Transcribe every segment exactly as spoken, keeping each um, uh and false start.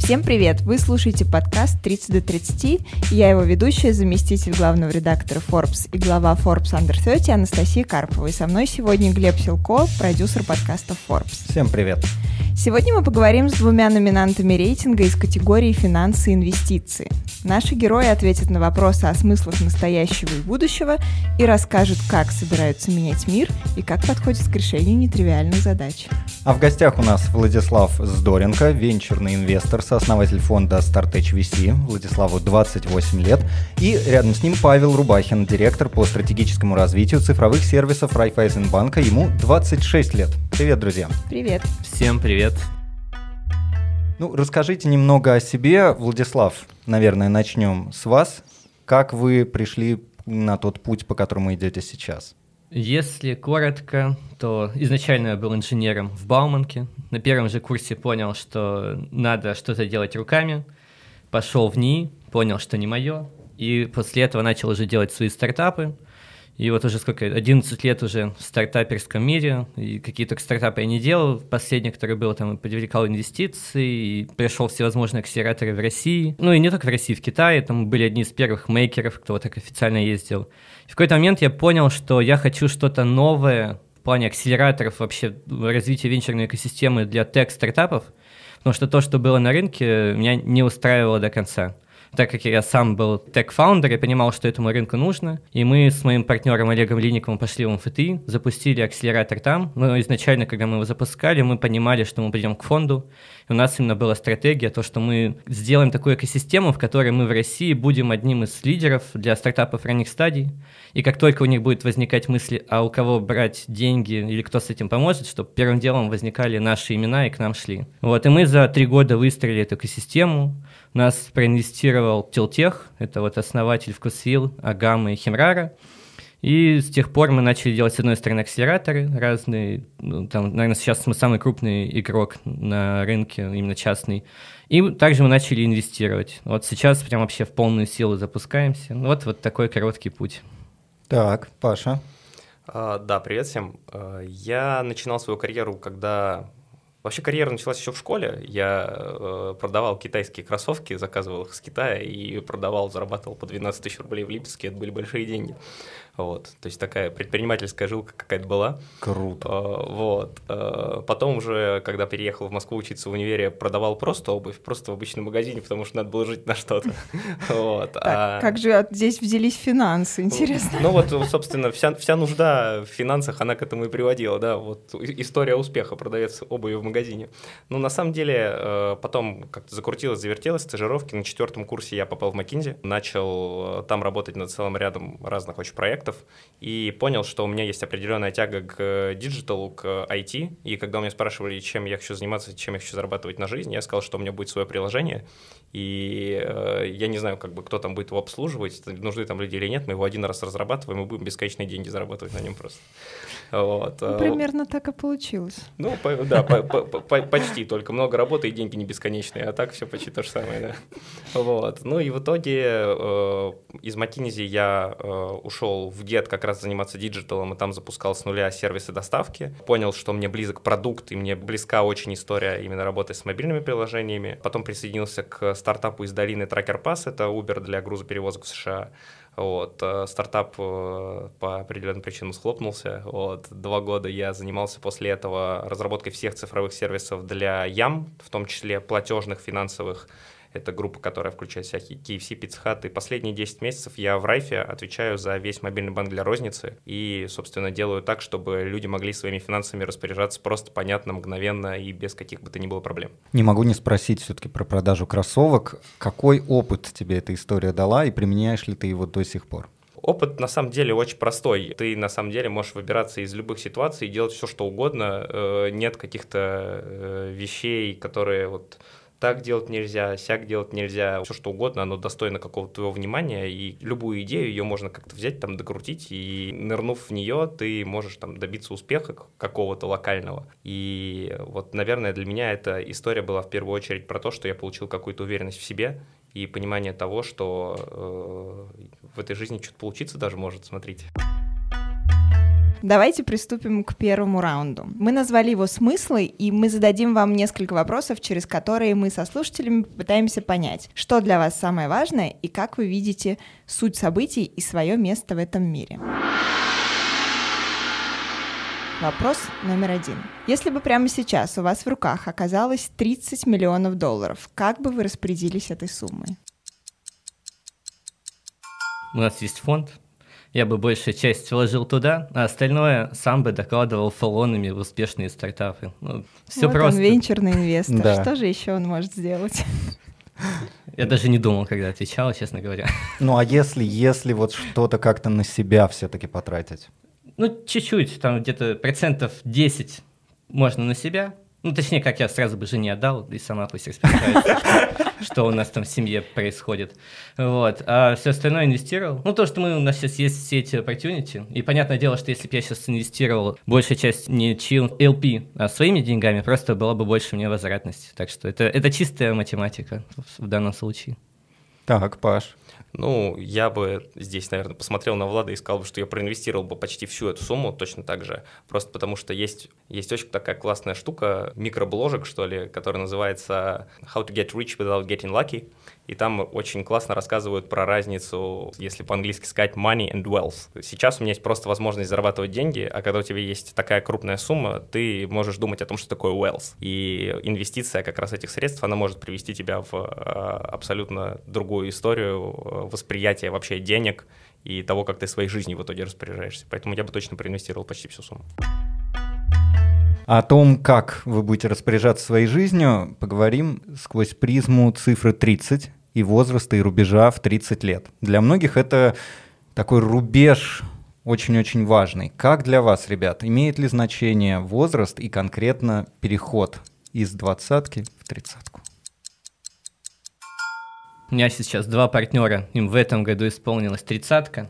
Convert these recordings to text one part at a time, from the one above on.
Всем привет! Вы слушаете подкаст тридцать до тридцати, и я его ведущая, заместитель главного редактора Forbes и глава Forbes Under тридцать Анастасия Карпова. И со мной сегодня Глеб Силко, продюсер подкаста Forbes. Всем привет! Сегодня мы поговорим с двумя номинантами рейтинга из категории «Финансы и инвестиции». Наши герои ответят на вопросы о смыслах настоящего и будущего и расскажут, как собираются менять мир и как подходят к решению нетривиальных задач. А в гостях у нас Владислав Здоренко, венчурный инвестор, сооснователь фонда StartEdge ви си. Владиславу двадцать восемь лет. И рядом с ним Павел Рубахин, директор по стратегическому развитию цифровых сервисов Райффайзенбанка. Ему двадцать шесть лет. Привет, друзья. Привет. Всем привет. Ну, расскажите немного о себе. Владислав, наверное, начнем с вас. Как вы пришли на тот путь, по которому идете сейчас? Если коротко, то изначально я был инженером в Бауманке. На первом же курсе понял, что надо что-то делать руками. Пошел в НИИ, понял, что не мое. И после этого начал уже делать свои стартапы. И вот уже сколько, одиннадцать лет уже в стартаперском мире, и какие-то стартапы я не делал. Последний, который был, там, привлекал инвестиции, и пришел всевозможные акселераторы в России. Ну и не только в России, в Китае, там были одни из первых мейкеров, кто вот так официально ездил. И в какой-то момент я понял, что я хочу что-то новое в плане акселераторов, вообще развития венчурной экосистемы для тех-стартапов, потому что то, что было на рынке, меня не устраивало до конца. Так как я сам был тег-фаундер, я понимал, что этому рынку нужно. И мы с моим партнером Олегом Линниковым пошли в эм эф тэ и, запустили акселератор там. Но изначально, когда мы его запускали, мы понимали, что мы придем к фонду. И у нас именно была стратегия, то, что мы сделаем такую экосистему, в которой мы в России будем одним из лидеров для стартапов ранних стадий. И как только у них будет возникать мысли, а у кого брать деньги или кто с этим поможет, чтобы первым делом возникали наши имена и к нам шли. Вот, и мы за три года выстроили эту экосистему. Нас проинвестировал Тилтех, это вот основатель Вкусвилл, Агама и Химрара. И с тех пор мы начали делать, с одной стороны, акселераторы разные. Ну, там, наверное, сейчас мы самый крупный игрок на рынке, именно частный. И также мы начали инвестировать. Вот сейчас прям вообще в полную силу запускаемся. Вот, вот такой короткий путь. Так, Паша. А, да, привет всем. Я начинал свою карьеру, когда... Вообще карьера началась еще в школе. Я э, продавал китайские кроссовки, заказывал их с Китая и продавал, зарабатывал по двенадцать тысяч рублей в Липецке. Это были большие деньги. Вот. То есть такая предпринимательская жилка какая-то была. Круто. Э, вот. Э, потом уже, когда переехал в Москву учиться в универе, продавал просто обувь, просто в обычном магазине, потому что надо было жить на что-то. Так, как же здесь взялись финансы, интересно? Ну вот, собственно, вся нужда в финансах, она к этому и приводила. Да, вот история успеха, продавец обуви в магазине. магазине. Ну, на самом деле, потом как-то закрутилось, завертелось, стажировки. На четвертом курсе я попал в McKinsey, начал там работать над целым рядом разных очень проектов и понял, что у меня есть определенная тяга к диджиталу, к ай ти. И когда у меня спрашивали, чем я хочу заниматься, чем я хочу зарабатывать на жизнь, я сказал, что у меня будет свое приложение. И э, я не знаю, как бы, кто там будет его обслуживать, нужны там люди или нет, мы его один раз разрабатываем и будем бесконечные деньги зарабатывать на нем просто. Вот. Ну, примерно так и получилось. Ну, по, да, по, по, по, почти, только много работы и деньги не бесконечные, а так все почти то же самое, да. Вот. Ну и в итоге э, из McKinsey я э, ушел в Get как раз заниматься диджиталом, и там запускал с нуля сервисы доставки. Понял, что мне близок продукт, и мне близка очень история именно работы с мобильными приложениями. Потом присоединился к стартапу из долины Tracker Pass, это Uber для грузоперевозок в США. Вот, стартап по определенным причинам схлопнулся. Вот, два года я занимался после этого разработкой всех цифровых сервисов для Ям, в том числе платежных, финансовых. Это группа, которая включает всякие кей эф си, Pizza Hut. И последние десять месяцев я в Райфе отвечаю за весь мобильный банк для розницы. И, собственно, делаю так, чтобы люди могли своими финансами распоряжаться просто, понятно, мгновенно и без каких бы то ни было проблем. Не могу не спросить все-таки про продажу кроссовок. Какой опыт тебе эта история дала и применяешь ли ты его до сих пор? Опыт на самом деле очень простой. Ты на самом деле можешь выбираться из любых ситуаций и делать все, что угодно. Нет каких-то вещей, которые вот... так делать нельзя, сяк делать нельзя, все что угодно, оно достойно какого-то твоего внимания, и любую идею ее можно как-то взять, там, докрутить, и нырнув в нее, ты можешь там добиться успеха какого-то локального. И вот, наверное, для меня эта история была в первую очередь про то, что я получил какую-то уверенность в себе и понимание того, что э, в этой жизни что-то получиться даже может, смотрите. Давайте приступим к первому раунду. Мы назвали его «Смыслы», и мы зададим вам несколько вопросов, через которые мы со слушателями попытаемся понять, что для вас самое важное и как вы видите суть событий и свое место в этом мире. Вопрос номер один. Если бы прямо сейчас у вас в руках оказалось тридцать миллионов долларов, как бы вы распорядились этой суммой? У нас есть фонд. Я бы большую часть вложил туда, а остальное сам бы докладывал фоллонами в успешные стартапы. Ну, все вот просто. Он венчурный инвестор. Да. Что же еще он может сделать? Я даже не думал, когда отвечал, честно говоря. Ну а если, если вот что-то как-то на себя все-таки потратить? Ну, чуть-чуть, там где-то процентов десять можно на себя. Ну, точнее, как я сразу бы жене отдал, и сама пусть распоряжается, что, что у нас там в семье происходит. Вот. А все остальное инвестировал. Ну, то, что мы, у нас сейчас есть все эти opportunity. И понятное дело, что если бы я сейчас инвестировал большая часть не эл пи, а своими деньгами, просто было бы больше мне возвратности. Так что это, это чистая математика в, в данном случае. Так, Паш. Ну, я бы здесь, наверное, посмотрел на Влада и сказал бы, что я проинвестировал бы почти всю эту сумму точно так же, просто потому что есть, есть очень такая классная штука, микробложек, что ли, которая называется «How to get rich without getting lucky», и там очень классно рассказывают про разницу, если по-английски сказать money and wealth. Сейчас у меня есть просто возможность зарабатывать деньги, а когда у тебя есть такая крупная сумма, ты можешь думать о том, что такое wealth. И инвестиция как раз этих средств, она может привести тебя в абсолютно другую историю восприятия вообще денег и того, как ты своей жизнью в итоге распоряжаешься. Поэтому я бы точно проинвестировал почти всю сумму. О том, как вы будете распоряжаться своей жизнью, поговорим сквозь призму цифры тридцать и возраста и рубежа в тридцать лет. Для многих это такой рубеж очень-очень важный. Как для вас, ребят, имеет ли значение возраст и конкретно переход из двадцатки в тридцатку? У меня сейчас два партнера, им в этом году исполнилась тридцатка.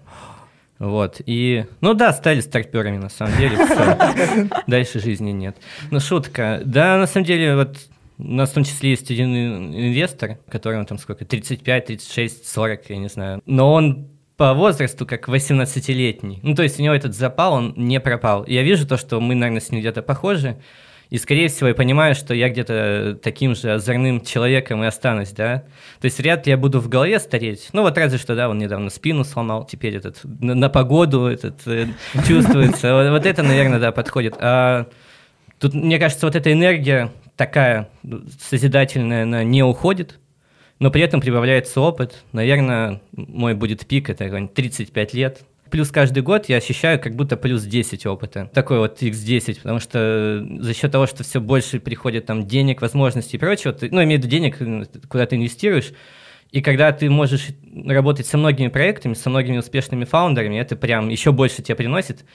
Вот, и, ну да, стали старперами, на самом деле, все. Дальше жизни нет. Ну, шутка. Да, на самом деле, вот у нас в том числе есть один инвестор, которому там сколько, тридцать пять, тридцать шесть, сорок, я не знаю. Но он по возрасту как восемнадцатилетний. Ну, то есть у него этот запал, он не пропал. И я вижу то, что мы, наверное, с ним где-то похожи. И, скорее всего, я понимаю, что я где-то таким же озорным человеком и останусь, да. То есть вряд ли я буду в голове стареть. Ну, вот разве что, да, он недавно спину сломал, теперь этот на, на погоду этот э, чувствуется. Вот, вот это, наверное, да, подходит. А тут, мне кажется, вот эта энергия такая созидательная, она не уходит, но при этом прибавляется опыт. Наверное, мой будет пик, это тридцать пять лет. Плюс каждый год я ощущаю как будто плюс десять опыта. Такой вот икс десять, потому что за счет того, что все больше приходит там денег, возможностей и прочего, ты, ну, имею в виду денег, куда ты инвестируешь, и когда ты можешь работать со многими проектами, со многими успешными фаундерами, это прям еще больше тебе приносит,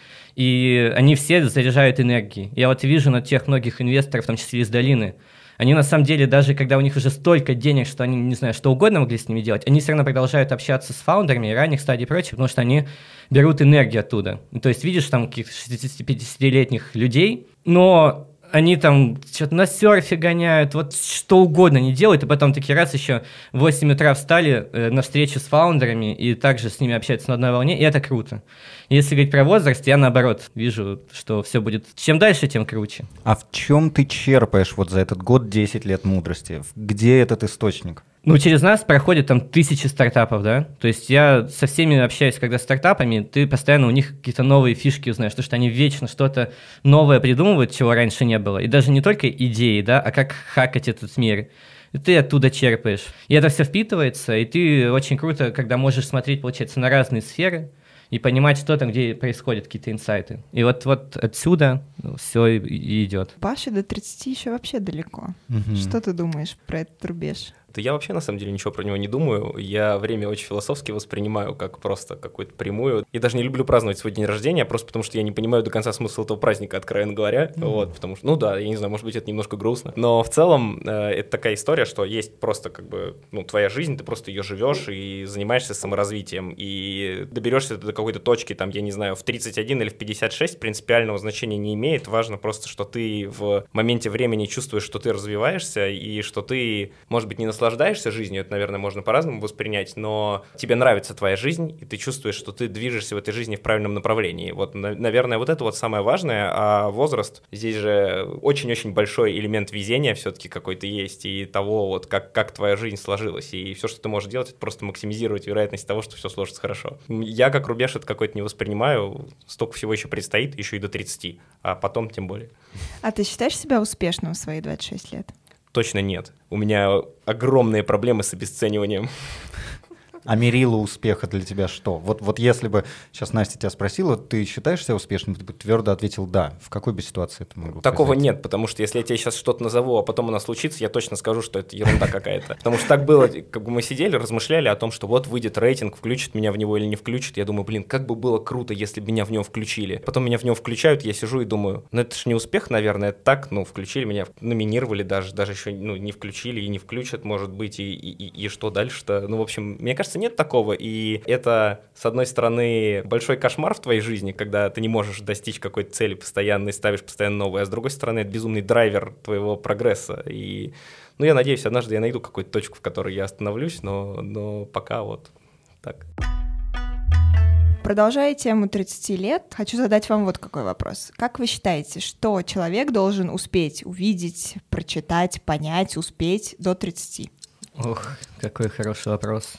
и они все заряжают энергией. Я вот вижу на тех многих инвесторов, в том числе из долины, они на самом деле, даже когда у них уже столько денег, что они, не знаю, что угодно могли с ними делать, они все равно продолжают общаться с фаундерами ранних стадий и прочее, потому что они берут энергию оттуда. То есть видишь там каких-то шестидесятипятилетних людей, но они там что-то на серфе гоняют, вот что угодно не делают, и потом такие раз еще в восемь утра встали э, на встречу с фаундерами и также с ними общаются на одной волне, и это круто. Если говорить про возраст, я наоборот вижу, что все будет чем дальше, тем круче. А в чем ты черпаешь вот за этот год десять лет мудрости? Где этот источник? Ну, через нас проходят там тысячи стартапов, да, то есть я со всеми общаюсь, когда с стартапами, ты постоянно у них какие-то новые фишки узнаешь, потому что они вечно что-то новое придумывают, чего раньше не было, и даже не только идеи, да, а как хакать этот мир, и ты оттуда черпаешь, и это все впитывается, и ты очень круто, когда можешь смотреть, получается, на разные сферы, и понимать, что там, где происходят какие-то инсайты. И вот, вот отсюда все и, и идет. Паше до тридцати еще вообще далеко. Угу. Что ты думаешь про этот рубеж? Да я вообще, на самом деле, ничего про него не думаю. Я время очень философски воспринимаю как просто какую-то прямую. Я даже не люблю праздновать свой день рождения, просто потому что я не понимаю до конца смысла этого праздника, откровенно говоря. Mm-hmm. Вот, потому что, ну да, я не знаю, может быть, это немножко грустно. Но в целом э, это такая история, что есть просто как бы, ну, твоя жизнь, ты просто ее живешь и занимаешься саморазвитием. И доберешься до какой-то точки, там, я не знаю, в тридцать один или в пятьдесят шесть принципиального значения не имеет. Важно просто, что ты в моменте времени чувствуешь, что ты развиваешься и что ты, может быть, не наслаждаешься наслаждаешься жизнью, это, наверное, можно по-разному воспринять, но тебе нравится твоя жизнь, и ты чувствуешь, что ты движешься в этой жизни в правильном направлении. Вот, наверное, вот это вот самое важное, а возраст, здесь же очень-очень большой элемент везения все-таки какой-то есть, и того, вот как, как твоя жизнь сложилась, и все, что ты можешь делать, это просто максимизировать вероятность того, что все сложится хорошо. Я как рубеж это какой-то не воспринимаю, столько всего еще предстоит, еще и до тридцати, а потом тем более. А ты считаешь себя успешным в свои двадцать шесть лет? Точно нет. У меня огромные проблемы с обесцениванием. А мерило успеха для тебя что? Вот, вот если бы сейчас Настя тебя спросила, ты считаешь себя успешным, ты бы твердо ответил «да». В какой бы ситуации это могло Такого произойти? нет, потому что если я тебе сейчас что-то назову, а потом оно случится, я точно скажу, что это ерунда какая-то. Потому что так было, как бы мы сидели, размышляли о том, что вот выйдет рейтинг, включит меня в него или не включит. Я думаю, блин, как бы было круто, если бы меня в него включили. Потом меня в него включают, я сижу и думаю, ну это же не успех, наверное, это так, ну включили меня, номинировали даже, даже еще ну, не включили и не включат, может быть, и, и, и, и что дальше-то? Ну, в общем, мне кажется, нет такого. И это, с одной стороны, большой кошмар в твоей жизни, когда ты не можешь достичь какой-то цели постоянно и ставишь постоянно новые, а с другой стороны, это безумный драйвер твоего прогресса. И, ну, я надеюсь, однажды я найду какую-то точку, в которой я остановлюсь, но, но пока вот так. Продолжая тему тридцати лет, хочу задать вам вот какой вопрос. Как вы считаете, что человек должен успеть увидеть, прочитать, понять, успеть до тридцати? Ох, какой хороший вопрос.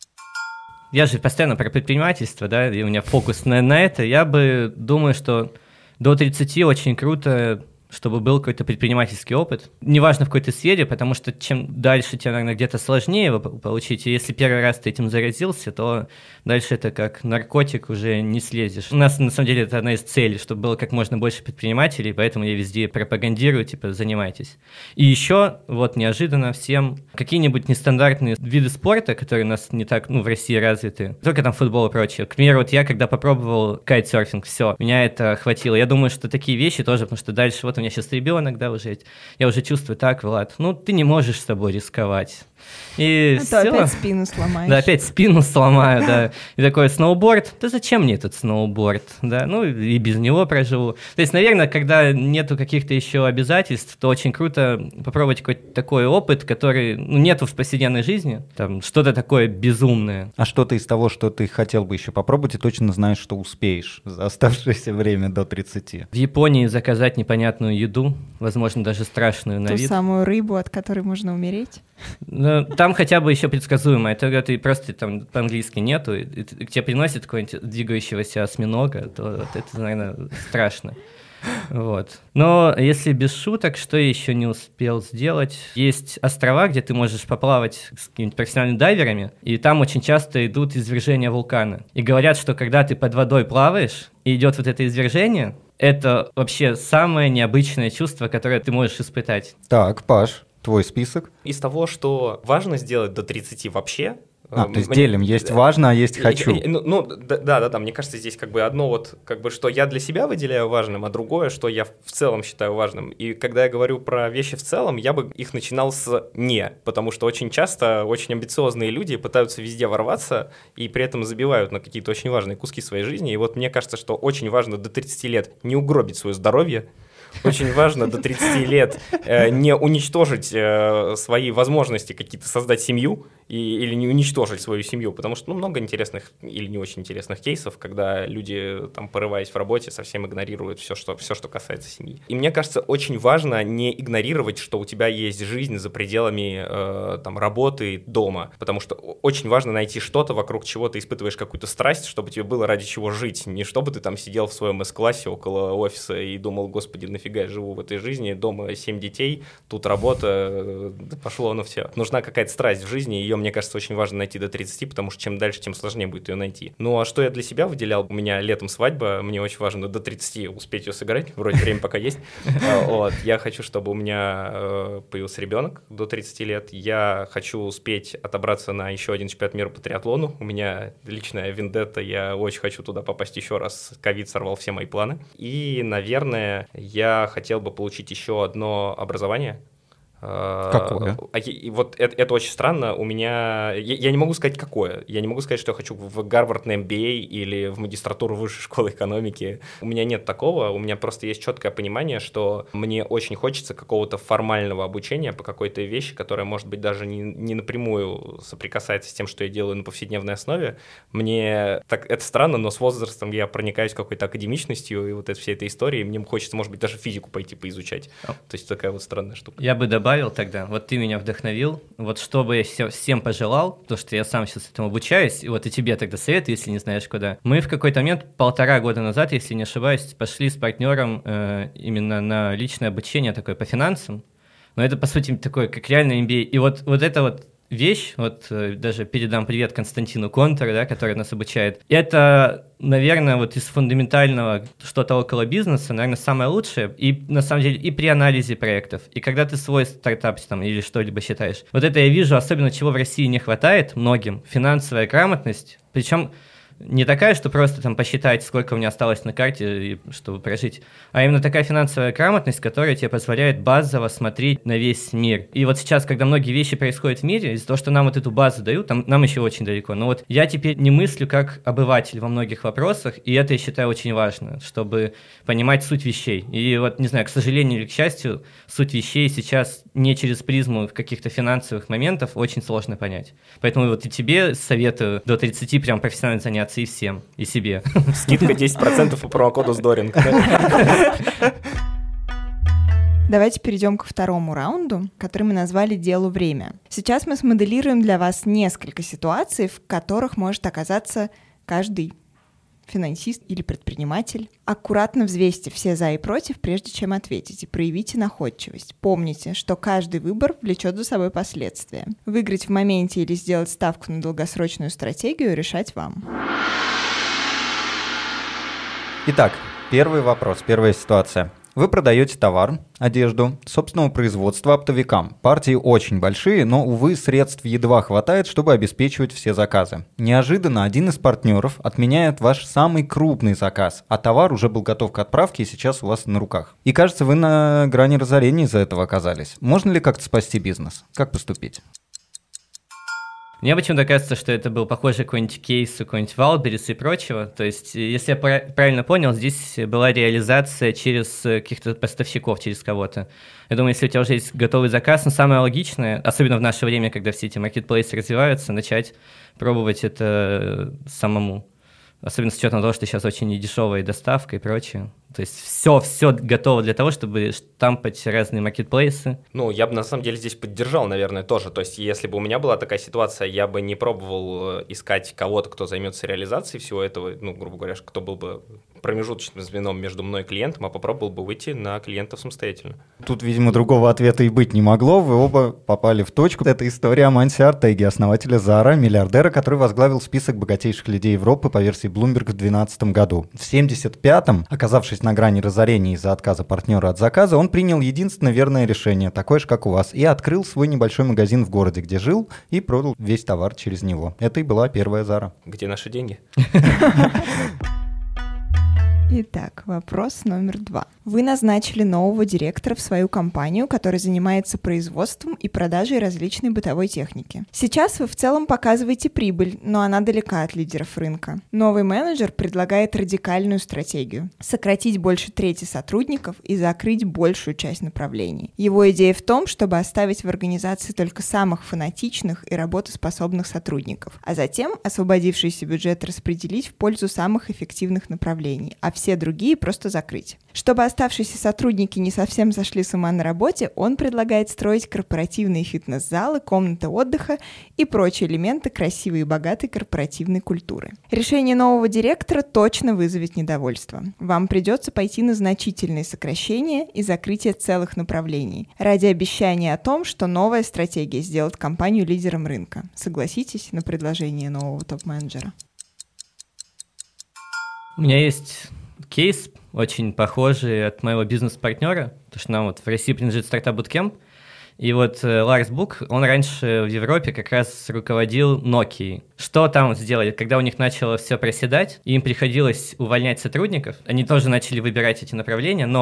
Я же постоянно про предпринимательство, да, и у меня фокус на, на это. Я бы думаю, что до тридцати очень круто, чтобы был какой-то предпринимательский опыт. Неважно в какой-то сфере, потому что чем дальше тебе, наверное, где-то сложнее его получить. И если первый раз ты этим заразился, то дальше это как наркотик, уже не слезешь. У нас, на самом деле, это одна из целей, чтобы было как можно больше предпринимателей, поэтому я везде пропагандирую, типа, занимайтесь. И еще, вот, неожиданно всем какие-нибудь нестандартные виды спорта, которые у нас не так, ну, в России развиты, только там футбол и прочее. К примеру, вот я, когда попробовал кайтсерфинг, все, меня это хватило. Я думаю, что такие вещи тоже, потому что дальше, вот у меня сейчас ребенок, да, уже, я уже чувствую, так, Влад, ну, ты не можешь с собой рисковать. И а все. то опять спину сломаешь. Да, опять спину сломаю, да. И такой сноуборд, да зачем мне этот сноуборд, да, ну и без него проживу. То есть, наверное, когда нету каких-то еще обязательств, то очень круто попробовать какой-то такой опыт, который, ну, нету в повседневной жизни, там, что-то такое безумное. А что-то из того, что ты хотел бы еще попробовать, и точно знаешь, что успеешь за оставшееся время до тридцати? В Японии заказать непонятную еду, возможно, даже страшную на Ту вид. самую рыбу, от которой можно умереть. Ну, там хотя бы еще предсказуемо. Это когда ты просто там по-английски нету, и, и, и тебе приносят какого-нибудь двигающегося осьминога, то вот это, наверное, страшно. Вот. Но если без шуток, что я еще не успел сделать? Есть острова, где ты можешь поплавать с какими-нибудь профессиональными дайверами, и там очень часто идут извержения вулкана. И говорят, что когда ты под водой плаваешь, и идет вот это извержение, это вообще самое необычное чувство, которое ты можешь испытать. Так, Паш, твой список? Из того, что важно сделать до тридцати вообще. А, то есть делим, есть важно, а есть хочу. Ну, ну да, да, да, мне кажется, здесь как бы одно вот, как бы, что я для себя выделяю важным, а другое, что я в целом считаю важным. И когда я говорю про вещи в целом, я бы их начинал с «не», потому что очень часто очень амбициозные люди пытаются везде ворваться и при этом забивают на какие-то очень важные куски своей жизни. И вот мне кажется, что очень важно до тридцати лет не угробить свое здоровье. Очень важно до тридцати лет э, не уничтожить э, свои возможности какие-то создать семью и, или не уничтожить свою семью, потому что ну, много интересных или не очень интересных кейсов, когда люди, там, порываясь в работе, совсем игнорируют все что, все, что касается семьи. И мне кажется, очень важно не игнорировать, что у тебя есть жизнь за пределами э, там, работы, дома, потому что очень важно найти что-то, вокруг чего ты испытываешь какую-то страсть, чтобы тебе было ради чего жить, не чтобы ты там сидел в своем эс-классе около офиса и думал, господи, нафига я живу в этой жизни, дома семь детей, тут работа, да пошло оно все. Нужна какая-то страсть в жизни, ее, мне кажется, очень важно найти до тридцати, потому что чем дальше, тем сложнее будет ее найти. Ну а что я для себя выделял? У меня летом свадьба, мне очень важно до тридцати успеть ее сыграть, вроде время пока есть. Вот. Я хочу, чтобы у меня появился ребенок до тридцати лет. Я хочу успеть отобраться на еще один чемпионат мира по триатлону. У меня личная вендетта, я очень хочу туда попасть еще раз. Ковид сорвал все мои планы. И, наверное, я хотел бы получить еще одно образование, Какое? И вот это, это очень странно. У меня... Я, я не могу сказать, какое. Я не могу сказать, что я хочу в Гарвард на эм би эй или в магистратуру высшей школы экономики. У меня нет такого. У меня просто есть четкое понимание, что мне очень хочется какого-то формального обучения по какой-то вещи, которая, может быть, даже не, не напрямую соприкасается с тем, что я делаю на повседневной основе. Мне... Так, это странно, но с возрастом я проникаюсь какой-то академичностью и вот этой всей этой историей. Мне хочется, может быть, даже физику пойти поизучать. То есть такая вот странная штука. Я бы добавил тогда, вот ты меня вдохновил, вот что бы я всем пожелал, потому что я сам сейчас этому обучаюсь, и вот и тебе тогда советую, если не знаешь куда. Мы в какой-то момент, полтора года назад, если не ошибаюсь, пошли с партнером э, именно на личное обучение такое по финансам, но это, по сути, такое, как реальный эм би эй, и вот, вот это вот вещь, вот э, даже передам привет Константину Контору, да, который нас обучает. Это, наверное, вот из фундаментального что-то около бизнеса, наверное, самое лучшее, и на самом деле и при анализе проектов, и когда ты свой стартап там или что-либо считаешь. Вот это я вижу, особенно чего в России не хватает многим, финансовая грамотность, причем не такая, что просто там посчитать, сколько у меня осталось на карте, чтобы прожить, а именно такая финансовая грамотность, которая тебе позволяет базово смотреть на весь мир. И вот сейчас, когда многие вещи происходят в мире, из-за того, что нам вот эту базу дают, там, нам еще очень далеко. Но вот я теперь не мыслю как обыватель во многих вопросах, и это я считаю очень важно, чтобы понимать суть вещей. И вот, не знаю, к сожалению или к счастью, суть вещей сейчас не через призму каких-то финансовых моментов очень сложно понять. Поэтому вот и тебе советую до тридцати прям профессионально заняться и всем, и себе. Скидка десять процентов по промокоду Сдоринг. Давайте перейдем ко второму раунду, который мы назвали «Делу время». Сейчас мы смоделируем для вас несколько ситуаций, в которых может оказаться каждый финансист или предприниматель. Аккуратно взвесьте все за и против, прежде чем ответить, и проявите находчивость. Помните, что каждый выбор влечет за собой последствия. Выиграть в моменте или сделать ставку на долгосрочную стратегию решать вам. Итак, первый вопрос, первая ситуация. Вы продаете товар, одежду, собственного производства оптовикам. Партии очень большие, но, увы, средств едва хватает, чтобы обеспечивать все заказы. Неожиданно один из партнеров отменяет ваш самый крупный заказ, а товар уже был готов к отправке и сейчас у вас на руках. И кажется, вы на грани разорения из-за этого оказались. Можно ли как-то спасти бизнес? Как поступить? Мне почему-то кажется, что это был похожий какой-нибудь кейс, какой-нибудь Wildberries и прочего. То есть, если я правильно понял, здесь была реализация через каких-то поставщиков, через кого-то. Я думаю, если у тебя уже есть готовый заказ, но самое логичное, особенно в наше время, когда все эти маркетплейсы развиваются, начать пробовать это самому. Особенно с учетом того, что сейчас очень недешевая доставка и прочее. То есть все, все готово для того, чтобы штампать разные маркетплейсы. Ну, я бы на самом деле здесь поддержал, наверное, тоже. То есть если бы у меня была такая ситуация, я бы не пробовал искать кого-то, кто займется реализацией всего этого, ну, грубо говоря, кто был бы промежуточным звеном между мной и клиентом, а попробовал бы выйти на клиентов самостоятельно. Тут, видимо, другого ответа и быть не могло. Вы оба попали в точку. Это история Аманси Ортеги, основателя Zara, миллиардера, который возглавил список богатейших людей Европы по версии Bloomberg в две тысячи двенадцатом году. В семьдесят пятом, оказавшись на грани разорения из-за отказа партнера от заказа, он принял единственно верное решение, такое же, как у вас, и открыл свой небольшой магазин в городе, где жил, и продал весь товар через него. Это и была первая Zara. Где наши деньги? Итак, вопрос номер два. Вы назначили нового директора в свою компанию, который занимается производством и продажей различной бытовой техники. Сейчас вы в целом показываете прибыль, но она далека от лидеров рынка. Новый менеджер предлагает радикальную стратегию – сократить больше трети сотрудников и закрыть большую часть направлений. Его идея в том, чтобы оставить в организации только самых фанатичных и работоспособных сотрудников, а затем освободившийся бюджет распределить в пользу самых эффективных направлений, а все другие просто закрыть. Чтобы оставшиеся сотрудники не совсем сошли с ума на работе, он предлагает строить корпоративные фитнес-залы, комнаты отдыха и прочие элементы красивой и богатой корпоративной культуры. Решение нового директора точно вызовет недовольство. Вам придется пойти на значительные сокращения и закрытие целых направлений ради обещания о том, что новая стратегия сделает компанию лидером рынка. Согласитесь на предложение нового топ-менеджера? У меня есть кейс, очень похожий от моего бизнес-партнера, потому что нам вот в России принадлежит стартап Bootcamp, и вот э, Ларс Бук, он раньше в Европе как раз руководил Nokia. Что там сделали? Когда у них начало все проседать, им приходилось увольнять сотрудников, они тоже начали выбирать эти направления, но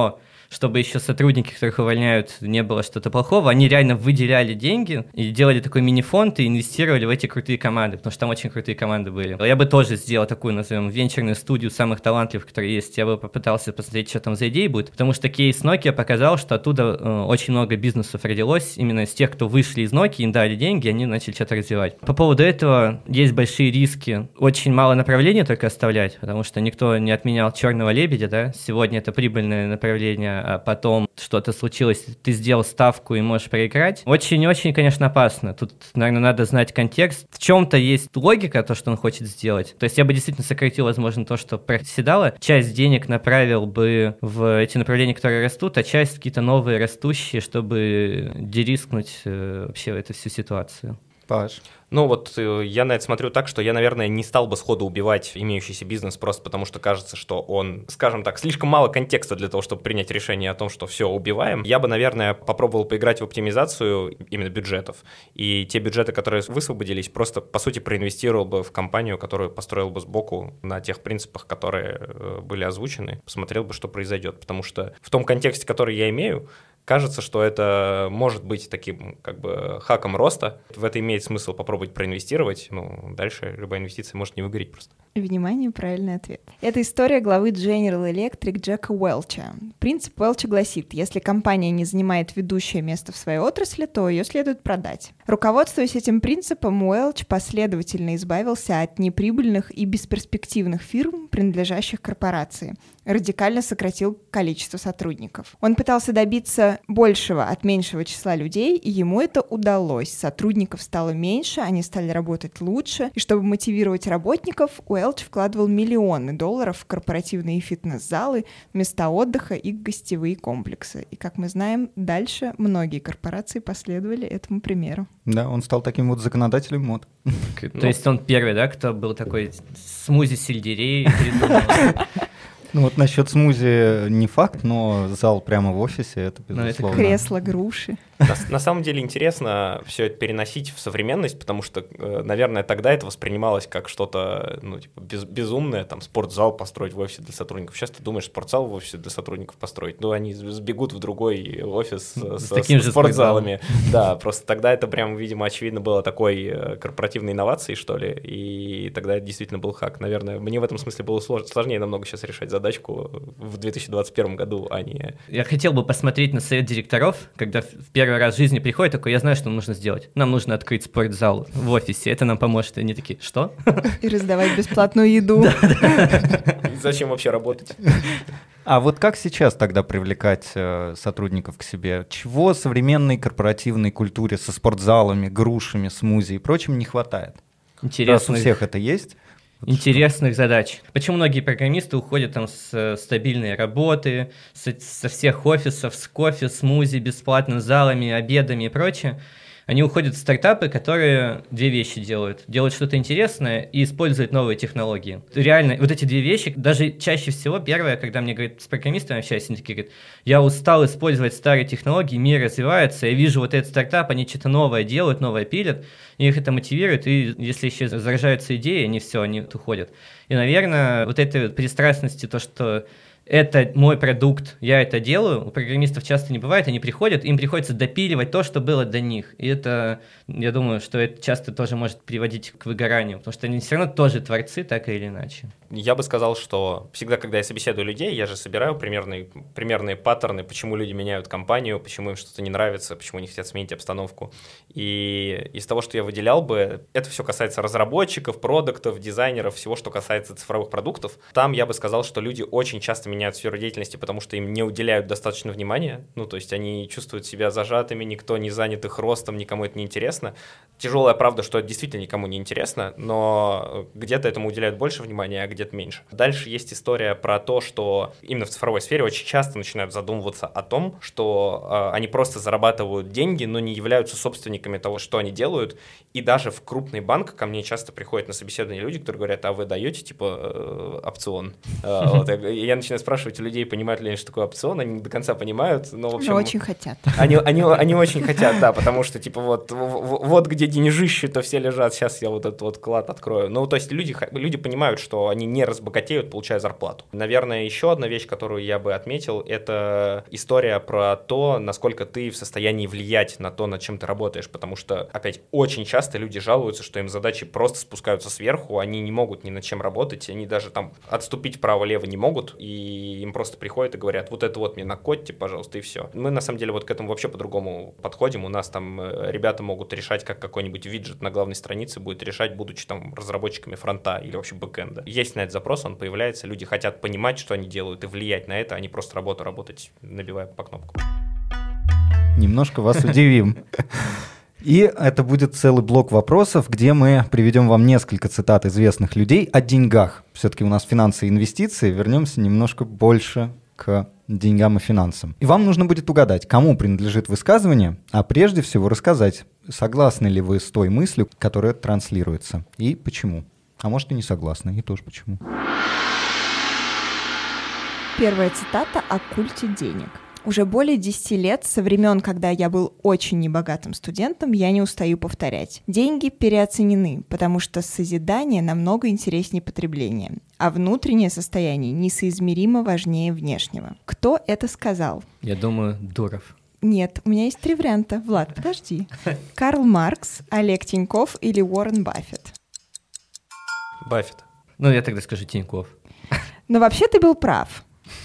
чтобы еще сотрудники, которых увольняют, не было что-то плохого, они реально выделяли деньги и делали такой мини-фонд и инвестировали в эти крутые команды, потому что там очень крутые команды были. Я бы тоже сделал такую, назовем, венчурную студию самых талантливых, которые есть. Я бы попытался посмотреть, что там за идеи будет, потому что кейс Nokia показал, что оттуда э, очень много бизнесов родилось именно из тех, кто вышли из Nokia, им дали деньги, они начали что-то развивать. По поводу этого есть большие риски. Очень мало направлений только оставлять, потому что никто не отменял черного лебедя, да? Сегодня это прибыльное направление, а потом что-то случилось, ты сделал ставку и можешь проиграть. Очень-очень, конечно, опасно. Тут, наверное, надо знать контекст. В чем-то есть логика, то, что он хочет сделать. То есть я бы действительно сократил, возможно, то, что проседало. Часть денег направил бы в эти направления, которые растут, а часть какие-то новые растущие, чтобы дерискнуть э, вообще эту всю ситуацию. Паш? Ну вот э, я на это смотрю так, что я, наверное, не стал бы сходу убивать имеющийся бизнес просто потому, что кажется, что он, скажем так, слишком мало контекста для того, чтобы принять решение о том, что все, убиваем. Я бы, наверное, попробовал поиграть в оптимизацию именно бюджетов. И те бюджеты, которые высвободились, просто, по сути, проинвестировал бы в компанию, которую построил бы сбоку на тех принципах, которые э, были озвучены, посмотрел бы, что произойдет. Потому что в том контексте, который я имею, кажется, что это может быть таким как бы хаком роста. В это имеет смысл попробовать проинвестировать. Ну, дальше любая инвестиция может не выгореть просто. Внимание, правильный ответ. Это история главы General Electric Джека Уэлча. Принцип Уэлча гласит, если компания не занимает ведущее место в своей отрасли, то ее следует продать. Руководствуясь этим принципом, Уэлч последовательно избавился от неприбыльных и бесперспективных фирм, принадлежащих корпорации, радикально сократил количество сотрудников. Он пытался добиться большего от меньшего числа людей, и ему это удалось. Сотрудников стало меньше, они стали работать лучше, и чтобы мотивировать работников, Уэлч вкладывал миллионы долларов в корпоративные фитнес-залы, места отдыха и гостевые комплексы. И, как мы знаем, дальше многие корпорации последовали этому примеру. Да, он стал таким вот законодателем мод. То есть он первый, да, кто был такой смузи сельдерей придумал? Ну вот насчет смузи не факт, но зал прямо в офисе, это безусловно. Это кресло, груши. На, на самом деле интересно все это переносить в современность, потому что, наверное, тогда это воспринималось как что-то, ну, типа, без, безумное, там, спортзал построить в офисе для сотрудников. Сейчас ты думаешь, спортзал в офисе для сотрудников построить, ну, они сбегут в другой офис с, с, таким с же спортзалами. Да, просто тогда это прям, видимо, очевидно было такой корпоративной инновацией, что ли, и тогда это действительно был хак. Наверное, мне в этом смысле было слож, сложнее намного сейчас решать задачку в две тысячи двадцать первом году, а не... Я хотел бы посмотреть на совет директоров, когда в первый раз в жизни приходит такой, я знаю, что нужно сделать. Нам нужно открыть спортзал в офисе, это нам поможет. И они такие, что? И раздавать бесплатную еду. Зачем вообще работать? А вот как сейчас тогда привлекать э, сотрудников к себе? Чего современной корпоративной культуре со спортзалами, грушами, смузи и прочим не хватает? Раз у всех это есть. Интересных задач. Почему многие программисты уходят там с стабильной работы, со, со всех офисов, с кофе, смузи, бесплатными залами, обедами и прочее? Они уходят в стартапы, которые две вещи делают. Делают что-то интересное и используют новые технологии. Реально, вот эти две вещи, даже чаще всего, первое, когда мне говорят, с программистами общаюсь, они такие говорят, я устал использовать старые технологии, мир развивается, я вижу вот этот стартап, они что-то новое делают, новое пилят, и их это мотивирует, и если еще заражаются идеи, они все, они уходят. И, наверное, вот этой пристрастности, то, что это мой продукт, я это делаю, у программистов часто не бывает, они приходят, им приходится допиливать то, что было до них. И это, я думаю, что это часто тоже может приводить к выгоранию, потому что они все равно тоже творцы, так или иначе. Я бы сказал, что всегда, когда я собеседую людей, я же собираю примерные, примерные паттерны, почему люди меняют компанию, почему им что-то не нравится, почему они хотят сменить обстановку. И из того, что я выделял бы, это все касается разработчиков, продуктов, дизайнеров, всего, что касается цифровых продуктов. Там я бы сказал, что люди очень часто меняют сферу деятельности, потому что им не уделяют достаточно внимания. Ну, то есть они чувствуют себя зажатыми, никто не занят их ростом, никому это не интересно. Тяжелая правда, что это действительно никому не интересно, но где-то этому уделяют больше внимания, а где-то меньше. Дальше есть история про то, что именно в цифровой сфере очень часто начинают задумываться о том, что э, они просто зарабатывают деньги, но не являются собственниками того, что они делают. И даже в крупный банк ко мне часто приходят на собеседование люди, которые говорят, а вы даете типа э, опцион? Э, вот, и я начинаю спрашивать у людей, понимают ли они, что такое опцион, они не до конца понимают, но, в общем... Но очень хотят. Они, они, они очень хотят, да, потому что, типа, вот, вот где денежище-то все лежат, сейчас я вот этот вот клад открою. Ну, то есть люди, люди понимают, что они не разбогатеют, получая зарплату. Наверное, еще одна вещь, которую я бы отметил, это история про то, насколько ты в состоянии влиять на то, над чем ты работаешь, потому что, опять, очень часто люди жалуются, что им задачи просто спускаются сверху, они не могут ни над чем работать, они даже там отступить вправо-лево не могут, и им просто приходят и говорят, вот это вот мне накодьте, пожалуйста, и все. Мы, на самом деле, вот к этому вообще по-другому подходим. У нас там ребята могут решать, как какой-нибудь виджет на главной странице будет решать, будучи там разработчиками фронта или вообще бэкэнда. Есть на этот запрос, он появляется, люди хотят понимать, что они делают, и влиять на это, а не просто работу работать, набивая по кнопкам. Немножко вас удивим. И это будет целый блок вопросов, где мы приведем вам несколько цитат известных людей о деньгах. Все-таки у нас финансы и инвестиции. Вернемся немножко больше к деньгам и финансам. И вам нужно будет угадать, кому принадлежит высказывание, а прежде всего рассказать, согласны ли вы с той мыслью, которая транслируется, и почему. А может, и не согласны, и тоже почему. Первая цитата о культе денег. Уже более десяти лет, со времен, когда я был очень небогатым студентом, я не устаю повторять. Деньги переоценены, потому что созидание намного интереснее потребления, а внутреннее состояние несоизмеримо важнее внешнего. Кто это сказал? Я думаю, Дуров. Нет, у меня есть три варианта. Влад, подожди. Карл Маркс, Олег Тиньков или Уоррен Баффет? Баффет. Ну, я тогда скажу Тиньков. Но вообще ты был прав.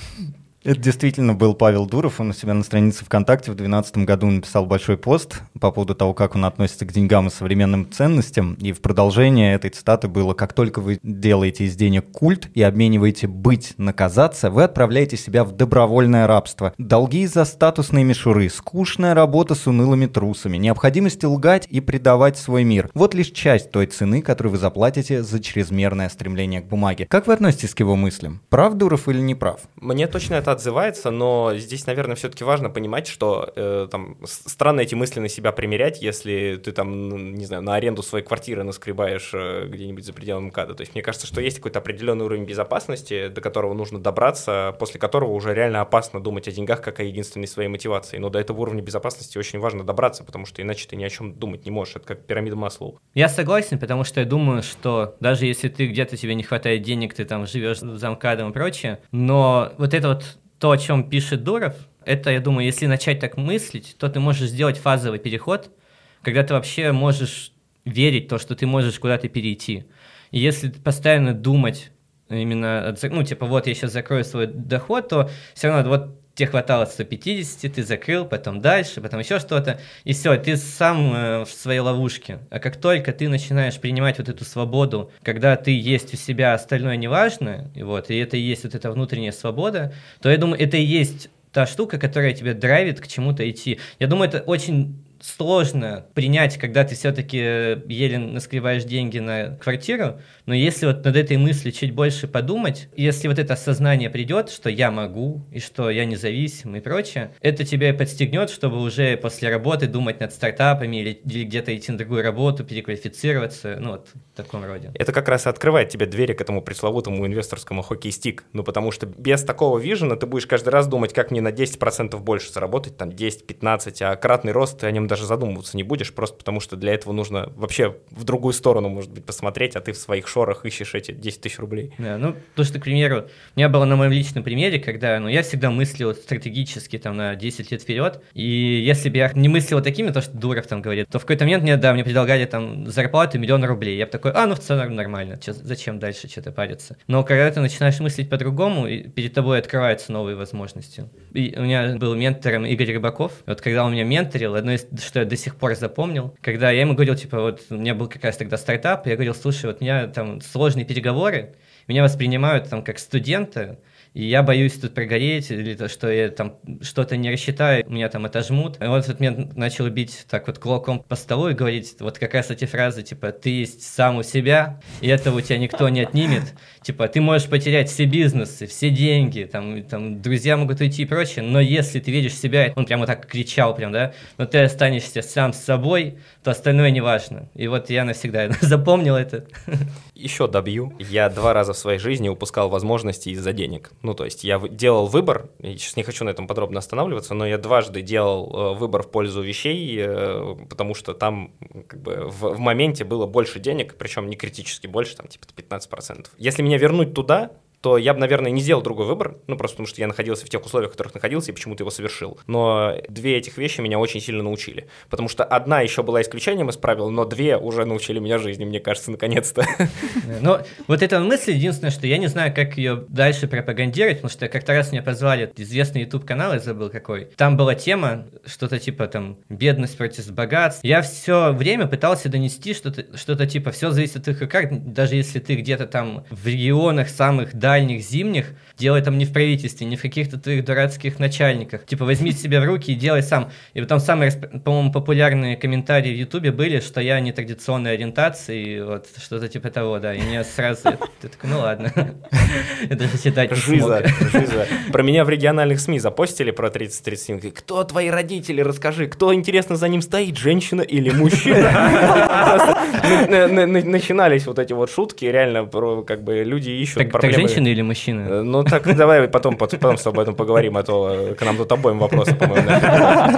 Это действительно был Павел Дуров. Он у себя на странице ВКонтакте в две тысячи двенадцатом году написал большой пост по поводу того, как он относится к деньгам и современным ценностям. И в продолжение этой цитаты было: «Как только вы делаете из денег культ и обмениваете быть на казаться, вы отправляете себя в добровольное рабство. Долги за статусные мишуры, скучная работа с унылыми трусами, необходимость лгать и предавать свой мир. Вот лишь часть той цены, которую вы заплатите за чрезмерное стремление к бумаге». Как вы относитесь к его мыслям? Прав Дуров или не прав? Мне точно это отзывается, но здесь, наверное, все-таки важно понимать, что э, там странно эти мысли на себя примерять, если ты там, не знаю, на аренду своей квартиры наскребаешь э, где-нибудь за пределами МКАДа. То есть мне кажется, что есть какой-то определенный уровень безопасности, до которого нужно добраться, после которого уже реально опасно думать о деньгах как о единственной своей мотивации. Но до этого уровня безопасности очень важно добраться, потому что иначе ты ни о чем думать не можешь. Это как пирамида Маслоу. Я согласен, потому что я думаю, что даже если ты где-то тебе не хватает денег, ты там живешь за МКАДом и прочее, но вот это вот то, о чем пишет Дуров, это, я думаю, если начать так мыслить, то ты можешь сделать фазовый переход, когда ты вообще можешь верить в то, что ты можешь куда-то перейти. И если постоянно думать именно, ну, типа, вот я сейчас закрою свой доход, то все равно вот тебе хватало сто пятьдесят, ты закрыл, потом дальше, потом еще что-то, и все, ты сам э, в своей ловушке. А как только ты начинаешь принимать вот эту свободу, когда ты есть у себя, остальное неважно, и, вот, и это и есть вот эта внутренняя свобода, то я думаю, это и есть та штука, которая тебя драйвит к чему-то идти. Я думаю, это очень сложно принять, когда ты все-таки еле наскребаешь деньги на квартиру, но если вот над этой мыслью чуть больше подумать, если вот это осознание придет, что я могу, и что я независим и прочее, это тебя и подстегнет, чтобы уже после работы думать над стартапами или, или где-то идти на другую работу, переквалифицироваться, ну вот в таком роде. Это как раз и открывает тебе двери к этому пресловутому инвесторскому хоккей-стик, ну потому что без такого вижена ты будешь каждый раз думать, как мне на десять процентов больше заработать, там десять-пятнадцать, а кратный рост ты о нем даже задумываться не будешь, просто потому что для этого нужно вообще в другую сторону, может быть, посмотреть, а ты в своих шорах ищешь эти десять тысяч рублей. Да, ну, то, что, к примеру, у меня было на моем личном примере, когда, ну, я всегда мыслил стратегически, там, на десять лет вперед, и если бы я не мыслил такими, то, что Дуров там говорит, то в какой-то момент мне, да, мне предлагали там зарплату миллион рублей, я бы такой, а, ну, в целом нормально, Че, зачем дальше что-то париться? Но когда ты начинаешь мыслить по-другому, и перед тобой открываются новые возможности. И у меня был ментором Игорь Рыбаков, вот когда он меня менторил, одно из, что я до сих пор запомнил, когда я ему говорил, типа, вот у меня был как раз тогда стартап, и я говорил, слушай, вот у меня там сложные переговоры, меня воспринимают там как студента, и я боюсь тут прогореть, или то, что я там что-то не рассчитаю, меня там отожмут. И вот этот момент начал бить так вот кулаком по столу и говорить вот как раз эти фразы, типа, ты есть сам у себя, и этого у тебя никто не отнимет. Типа, ты можешь потерять все бизнесы, все деньги, там, там друзья могут уйти и прочее, но если ты веришь в себя, он прямо так кричал прям, да, но ты останешься сам с собой, то остальное не важно. И вот я навсегда запомнил это. Еще добью. Я два раза в своей жизни упускал возможности из-за денег. Ну, то есть я делал выбор, я сейчас не хочу на этом подробно останавливаться, но я дважды делал выбор в пользу вещей, потому что там как бы в, в моменте было больше денег, причем не критически больше, там типа пятнадцать процентов. Если меня вернуть туда, то я бы, наверное, не сделал другой выбор, ну, просто потому что я находился в тех условиях, в которых находился, и почему-то его совершил. Но две этих вещи меня очень сильно научили, потому что одна еще была исключением из правил, но две уже научили меня жизни, мне кажется, наконец-то. Но вот эта мысль, единственное, что я не знаю, как ее дальше пропагандировать, потому что как-то раз меня позвали, известный YouTube-канал, я забыл какой, там была тема, что-то типа там бедность против богатства. Я все время пытался донести что-то, что-то типа все зависит от их руках, даже если ты где-то там в регионах самых дальних, дальних, зимних, делай там не в правительстве, не в каких-то твоих дурацких начальниках. Типа, возьми себя в руки и делай сам. И потом самые, по-моему, популярные комментарии в Ютубе были, что я нетрадиционной ориентации, вот, что-то типа того, да. И мне сразу, ты такой, ну ладно. Я даже читать не смог. Жиза. Про меня в региональных СМИ запостили про тридцать тридцать семь. Кто твои родители, расскажи. Кто, интересно, за ним стоит, женщина или мужчина? Начинались вот эти вот шутки, реально, как бы люди ищут проблемы. Женщины или мужчины? Ну так давай потом, потом с тобой об этом поговорим, а то к нам тут обоим вопросы, по-моему.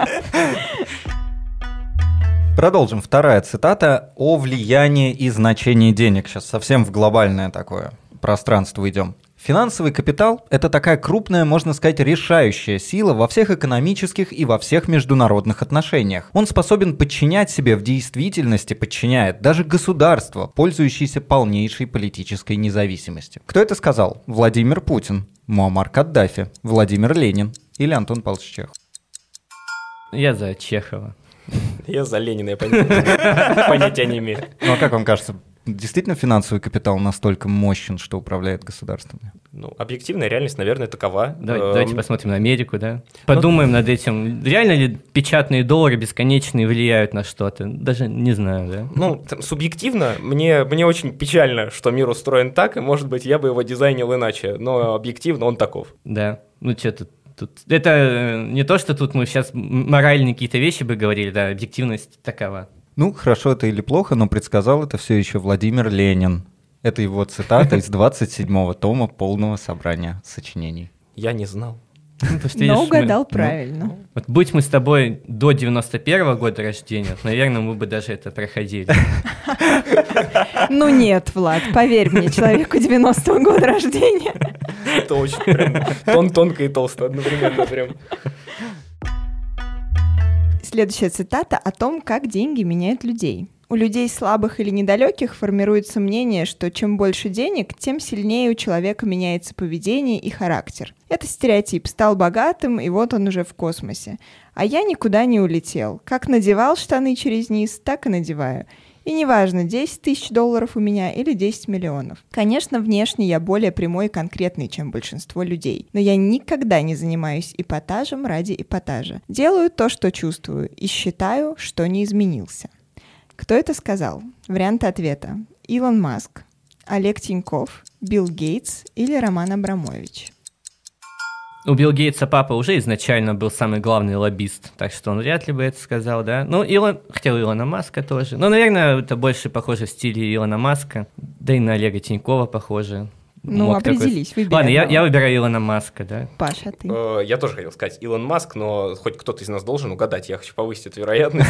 Продолжим. Вторая цитата о влиянии и значении денег. Сейчас совсем в глобальное такое пространство идем. Финансовый капитал – это такая крупная, можно сказать, решающая сила во всех экономических и во всех международных отношениях. Он способен подчинять себе, в действительности подчиняет даже государство, пользующееся полнейшей политической независимостью. Кто это сказал? Владимир Путин, Муаммар Каддафи, Владимир Ленин или Антон Павлович Чехов? Я за Чехова. Я за Ленина, я понятия не имею. Ну а как вам кажется, действительно финансовый капитал настолько мощен, что управляет государствами? Ну, объективная реальность, наверное, такова. Давайте, эм... давайте посмотрим на Америку, да? Подумаем ну... над этим. Реально ли печатные доллары бесконечные влияют на что-то? Даже не знаю, да? Ну, там, субъективно, мне, мне очень печально, что мир устроен так, и, может быть, я бы его дизайнил иначе, но объективно он таков. Да, ну что тут? Тут, это не то, что тут мы сейчас моральные какие-то вещи бы говорили, да, объективность такова. Ну, хорошо это или плохо, но предсказал это все еще Владимир Ленин. Это его цитата из двадцать седьмого тома полного собрания сочинений. Я не знал. Ну, но угадал правильно. Вот будь мы с тобой до девяносто первого года рождения, наверное, мы бы даже это проходили. Ну нет, Влад, поверь мне, человеку девяностого года рождения. Это очень прям тон тонко и толсто одновременно прям. Следующая цитата о том, как деньги меняют людей. У людей слабых или недалеких формируется мнение, что чем больше денег, тем сильнее у человека меняется поведение и характер. Это стереотип. Стал богатым, и вот он уже в космосе. А я никуда не улетел. Как надевал штаны через низ, так и надеваю. И неважно, десять тысяч долларов у меня или десять миллионов. Конечно, внешне я более прямой и конкретный, чем большинство людей. Но я никогда не занимаюсь эпатажем ради эпатажа. Делаю то, что чувствую, и считаю, что не изменился. Кто это сказал? Варианты ответа. Илон Маск, Олег Тиньков, Билл Гейтс или Роман Абрамович. У Билла Гейтса папа уже изначально был самый главный лоббист, так что он вряд ли бы это сказал, да. Ну, Илон, хотел Илона Маска тоже. Но, наверное, это больше похоже в стиле Илона Маска, да и на Олега Тинькова похоже. Ну, Мог определись, такой... выбирай. Ладно, я, я выбираю Илона Маска, да. Паша, ты? Я тоже хотел сказать Илон Маск, но хоть кто-то из нас должен угадать, я хочу повысить эту вероятность.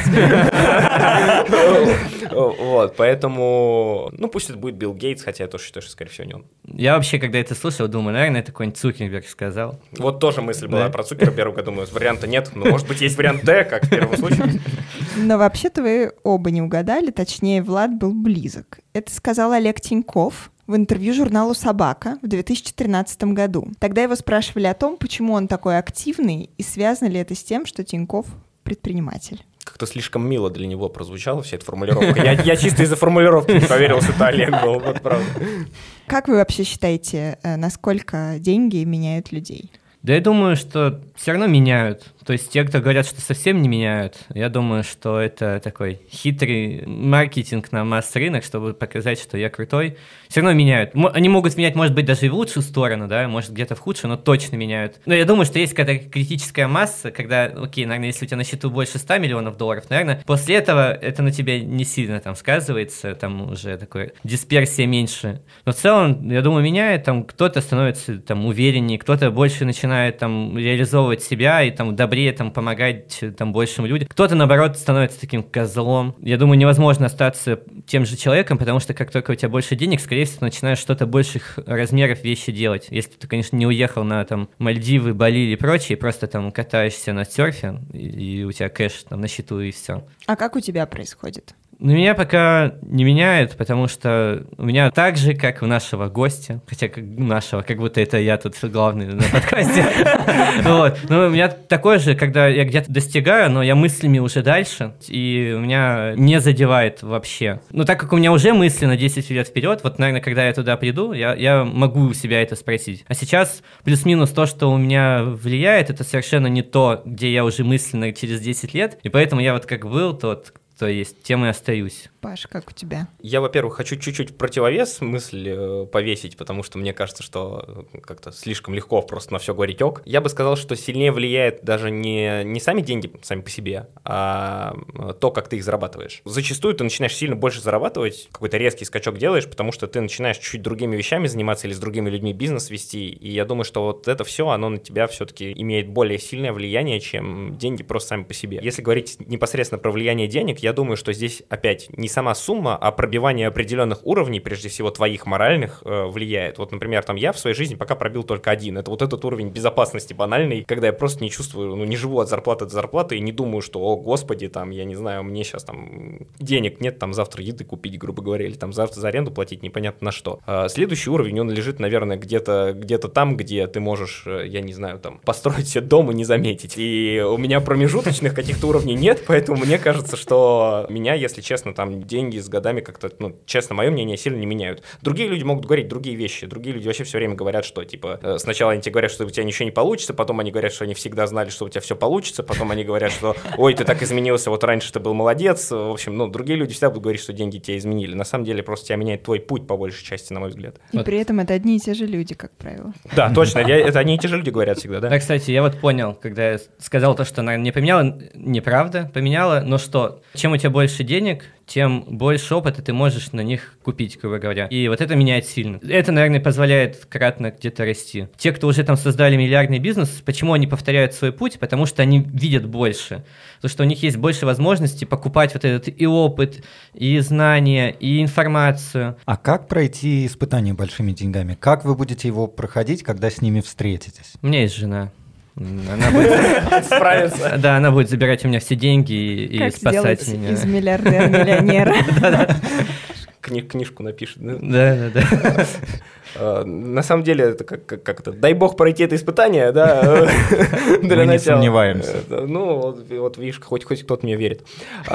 Вот, поэтому, ну, пусть это будет Билл Гейтс, хотя я тоже считаю, что, скорее всего, не он. Я вообще, когда это слышал, думаю, наверное, это какой-нибудь Цукерберг сказал. Вот тоже мысль была про Цукерберга, думаю, варианта нет, но, может быть, есть вариант Д, как в первом случае. Но вообще-то вы оба не угадали, точнее, Влад был близок. Это сказал Олег Тиньков в интервью журналу «Собака» в две тысячи тринадцатом году. Тогда его спрашивали о том, почему он такой активный, и связано ли это с тем, что Тиньков предприниматель. Как-то слишком мило для него прозвучала вся эта формулировка. Я, я чисто из-за формулировки не поверил, что это Олег был, вот правда. Как вы вообще считаете, насколько деньги меняют людей? Да я думаю, что все равно меняют. То есть те, кто говорят, что совсем не меняют, я думаю, что это такой хитрый маркетинг на масс-рынок, чтобы показать, что я крутой. Все равно меняют. Они могут менять, может быть, даже и в лучшую сторону, да, может, где-то в худшую, но точно меняют. Но я думаю, что есть какая-то критическая масса, когда, окей, наверное, если у тебя на счету больше ста миллионов долларов, наверное, после этого это на тебя не сильно там сказывается, там уже такой дисперсия меньше. Но в целом, я думаю, меняет, там кто-то становится там увереннее, кто-то больше начинает там реализовывать себя и там добрее там помогать там большим людям. Кто-то, наоборот, становится таким козлом. Я думаю, невозможно остаться тем же человеком, потому что как только у тебя больше денег, скорее всего, начинаешь что-то больших размеров вещи делать. Если ты, конечно, не уехал на там Мальдивы, Бали или прочее, просто там катаешься на серфе, и, и у тебя кэш там на счету, и все. А как у тебя происходит? Но меня пока не меняет, потому что у меня так же, как у нашего гостя, хотя как нашего, как будто это я тут главный на подкасте. Вот. Но у меня такое же, когда я где-то достигаю, но я мыслями уже дальше, и у меня не задевает вообще. Но так как у меня уже мысли на десять лет вперед, вот, наверное, когда я туда приду, я, я могу у себя это спросить. А сейчас плюс-минус то, что у меня влияет, это совершенно не то, где я уже мысленно через десять лет, и поэтому я вот как был тот, кто есть, тем и остаюсь. Паш, как у тебя? Я, во-первых, хочу чуть-чуть противовес мысли повесить, потому что мне кажется, что как-то слишком легко просто на все говорить ок. Я бы сказал, что сильнее влияет даже не, не сами деньги сами по себе, а то, как ты их зарабатываешь. Зачастую ты начинаешь сильно больше зарабатывать, какой-то резкий скачок делаешь, потому что ты начинаешь чуть-чуть другими вещами заниматься или с другими людьми бизнес вести, и я думаю, что вот это все, оно на тебя все-таки имеет более сильное влияние, чем деньги просто сами по себе. Если говорить непосредственно про влияние денег, я думаю, что здесь опять не сама сумма, а пробивание определенных уровней, прежде всего твоих моральных, э, влияет. Вот, например, там я в своей жизни пока пробил только один. Это вот этот уровень безопасности банальный, когда я просто не чувствую, ну, не живу от зарплаты до зарплаты и не думаю, что, о, господи, там, я не знаю, мне сейчас там денег нет, там завтра еды купить, грубо говоря, или там завтра за аренду платить, непонятно на что. А следующий уровень, он лежит, наверное, где-то, где-то там, где ты можешь, я не знаю, там, построить себе дом и не заметить. И у меня промежуточных каких-то уровней нет, поэтому мне кажется, что меня, если честно, там, деньги с годами как-то, ну, честно, мое мнение сильно не меняют. Другие люди могут говорить другие вещи. Другие люди вообще все время говорят, что, типа, сначала они тебе говорят, что у тебя ничего не получится, потом они говорят, что они всегда знали, что у тебя все получится, потом они говорят, что, ой, ты так изменился, вот раньше ты был молодец. В общем, ну, другие люди всегда будут говорить, что деньги тебя изменили. На самом деле, просто тебя меняет твой путь, по большей части, на мой взгляд. И вот. При этом это одни и те же люди, как правило. Да, точно, я, это одни и те же люди говорят всегда, да? Да, кстати, я вот понял, когда я сказал то, что, наверное, не поменяла, неправда, поменяла, но что, чем у тебя больше денег, тем больше опыта ты можешь на них купить, грубо говоря. И вот это меняет сильно. Это, наверное, позволяет кратно где-то расти. Те, кто уже там создали миллиардный бизнес, почему они повторяют свой путь? Потому что они видят больше. Потому что у них есть больше возможностей покупать вот этот и опыт, и знания, и информацию. А как пройти испытание большими деньгами? Как вы будете его проходить, когда с ними встретитесь? У меня есть жена. Она будет справиться. Да, она будет забирать у меня все деньги и, как и спасать меня. Из миллиардера миллионера. Книжку напишет. Да, да, да. На самом деле, это как, как, как это, дай бог пройти это испытание, да, для Мы начала. не сомневаемся. Ну, вот, вот видишь, хоть, хоть кто-то мне верит.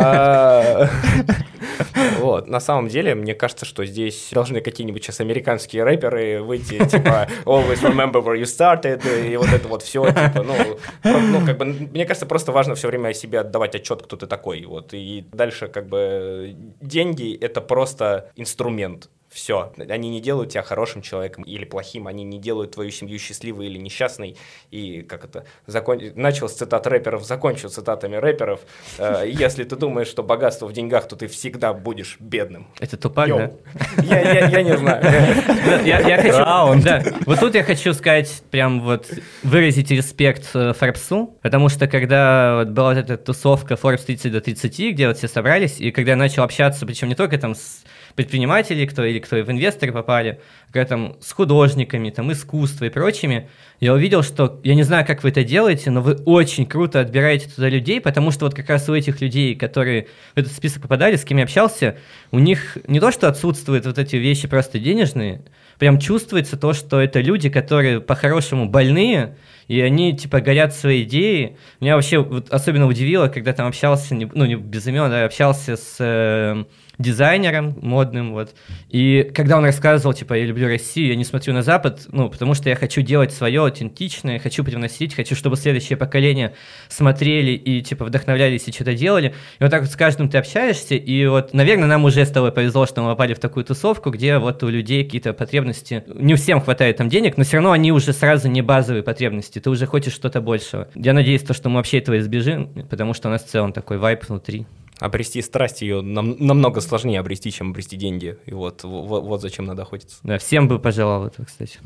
Вот, на самом деле, мне кажется, что здесь должны какие-нибудь сейчас американские рэперы выйти, типа, always remember where you started, и вот это вот все, типа, ну, ну, как бы, мне кажется, просто важно все время себе отдавать отчет, кто ты такой, вот, и дальше, как бы, деньги — это просто инструмент. Все, они не делают тебя хорошим человеком или плохим, они не делают твою семью счастливой или несчастной. И как это, закон... начал с цитат рэперов, закончил цитатами рэперов. Э, если ты думаешь, что богатство в деньгах, то ты всегда будешь бедным. Это Тупак, да? Я не знаю. Я хочу, да, вот тут я хочу сказать, прям вот выразить респект Форбсу, потому что когда была вот эта тусовка Forbes тридцать до тридцати, где вот все собрались, и когда я начал общаться, причем не только там с предпринимателей, кто или кто в инвесторы попали, когда там с художниками, там искусство и прочими, я увидел, что, я не знаю, как вы это делаете, но вы очень круто отбираете туда людей, потому что вот как раз у этих людей, которые в этот список попадали, с кем я общался, у них не то, что отсутствуют вот эти вещи просто денежные, прям чувствуется то, что это люди, которые по-хорошему больные, и они, типа, горят своей идеей. Меня вообще вот особенно удивило, когда там общался, ну, не без имен, да, общался с э, дизайнером мод, модным, вот. И когда он рассказывал, типа, я люблю Россию, я не смотрю на Запад, ну, потому что я хочу делать свое аутентичное, хочу привносить, хочу, чтобы следующее поколение смотрели и, типа, вдохновлялись и что-то делали. И вот так вот с каждым ты общаешься, и вот, наверное, нам уже с тобой повезло, что мы попали в такую тусовку, где вот у людей какие-то потребности, не всем хватает там денег, но все равно они уже сразу не базовые потребности, ты уже хочешь что-то большего. Я надеюсь, то, что мы вообще этого избежим, потому что у нас в целом такой вайб внутри. Обрести страсть ее нам, намного сложнее обрести, чем обрести деньги. И вот, вот, вот зачем надо охотиться. Да, всем бы пожелал этого, кстати.